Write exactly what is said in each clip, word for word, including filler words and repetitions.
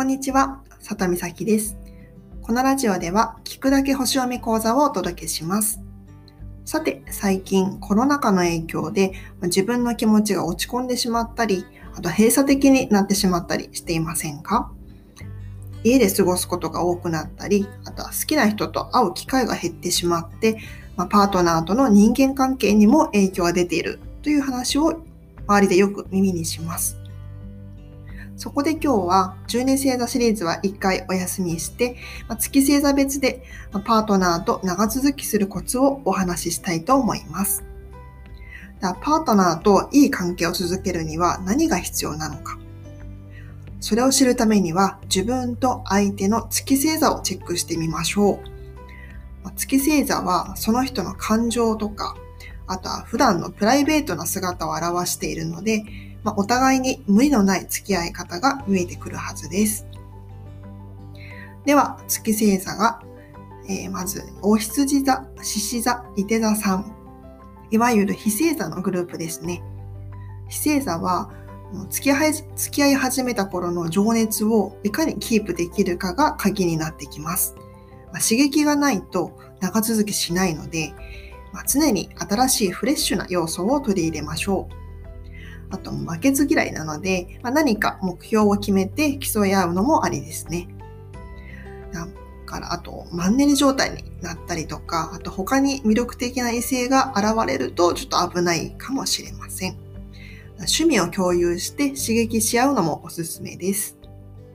こんにちは、里美咲です。このラジオでは聞くだけ星読み講座をお届けします。さて、最近コロナ禍の影響で自分の気持ちが落ち込んでしまったり、あと閉鎖的になってしまったりしていませんか？家で過ごすことが多くなったり、あとは好きな人と会う機会が減ってしまって、まあ、パートナーとの人間関係にも影響が出ているという話を周りでよく耳にします。そこで今日はじゅうに星座シリーズはいっかいお休みして、月星座別でパートナーと長続きするコツをお話ししたいと思います。パートナーといい関係を続けるには何が必要なのか。それを知るためには自分と相手の月星座をチェックしてみましょう。月星座はその人の感情とか、あとは普段のプライベートな姿を表しているので、まあ、お互いに無理のない付き合い方が見えてくるはずです。では、月星座が、えー、まず、お羊座、獅子座、いて座さん。いわゆる非星座のグループですね。非星座は、付き合い、付き合い始めた頃の情熱をいかにキープできるかが鍵になってきます。まあ、刺激がないと長続きしないので、まあ、常に新しいフレッシュな要素を取り入れましょう。あと、負けず嫌いなので、まあ、何か目標を決めて競い合うのもありですね。だから、あと、マンネリ状態になったりとか、あと他に魅力的な異性が現れるとちょっと危ないかもしれません。趣味を共有して刺激し合うのもおすすめです。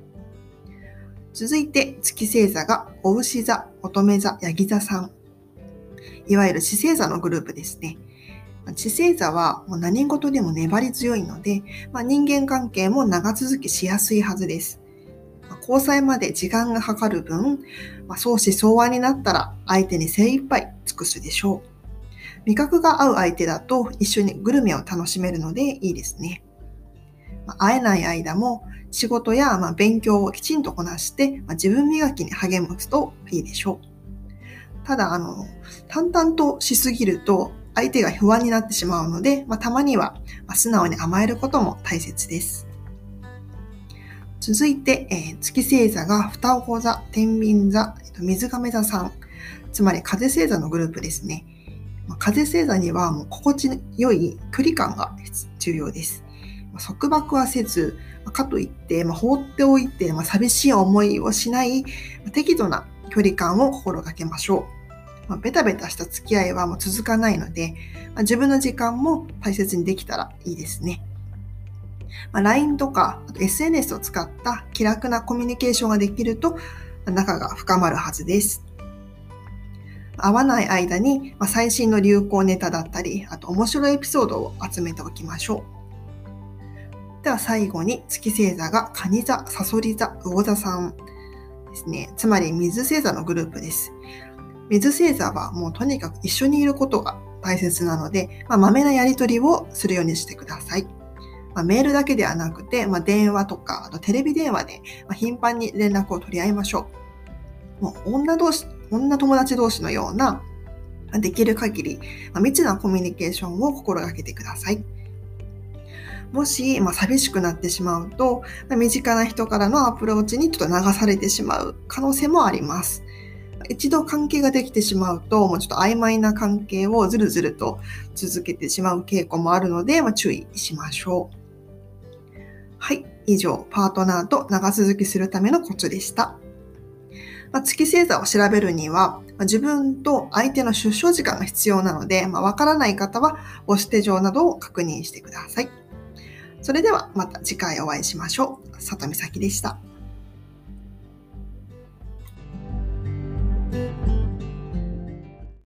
続いて、月星座が、お牛座、乙女座、ヤギ座さん。いわゆる獅星座のグループですね。地星座はもう何事でも粘り強いので、まあ、人間関係も長続きしやすいはずです。まあ、交際まで時間がかかる分、まあ、相思相愛になったら相手に精一杯尽くすでしょう。味覚が合う相手だと一緒にグルメを楽しめるのでいいですね。まあ、会えない間も仕事やまあ勉強をきちんとこなして、まあ、自分磨きに励むといいでしょう。ただ、あの、淡々としすぎると相手が不安になってしまうので、まあ、たまには素直に甘えることも大切です。続いて、えー、月星座が双子座、天秤座、水亀座さん、つまり風星座のグループですね。まあ、風星座にはもう心地よい距離感が重要です。まあ、束縛はせず、かといって、まあ、放っておいて、まあ、寂しい思いをしない、まあ、適度な距離感を心がけましょう。まあ、ベタベタした付き合いはもう続かないので、まあ、自分の時間も大切にできたらいいですね。まあ、ライン とかあと エスエヌエス を使った気楽なコミュニケーションができると仲が深まるはずです。会わない間に最新の流行ネタだったり、あと面白いエピソードを集めておきましょう。では最後に月星座が蟹座、蠍座、魚座さんですね。つまり水星座のグループです。水星座はもうとにかく一緒にいることが大切なので、まあ、まめなやり取りをするようにしてください。まあ、メールだけではなくて、まあ、電話とか、あとテレビ電話で頻繁に連絡を取り合いましょう。もう女同士、女友達同士のような、できる限り、まあ、密なコミュニケーションを心がけてください。もし、まあ、寂しくなってしまうと、まあ、身近な人からのアプローチにちょっと流されてしまう可能性もあります。一度関係ができてしまうと、もうちょっと曖昧な関係をずるずると続けてしまう傾向もあるので、まあ、注意しましょう。はい、以上、パートナーと長続きするためのコツでした。まあ、月星座を調べるには、まあ、自分と相手の出生時間が必要なので、まあ、わからない方は母子手帳などを確認してください。それではまた次回お会いしましょう。里美咲でした。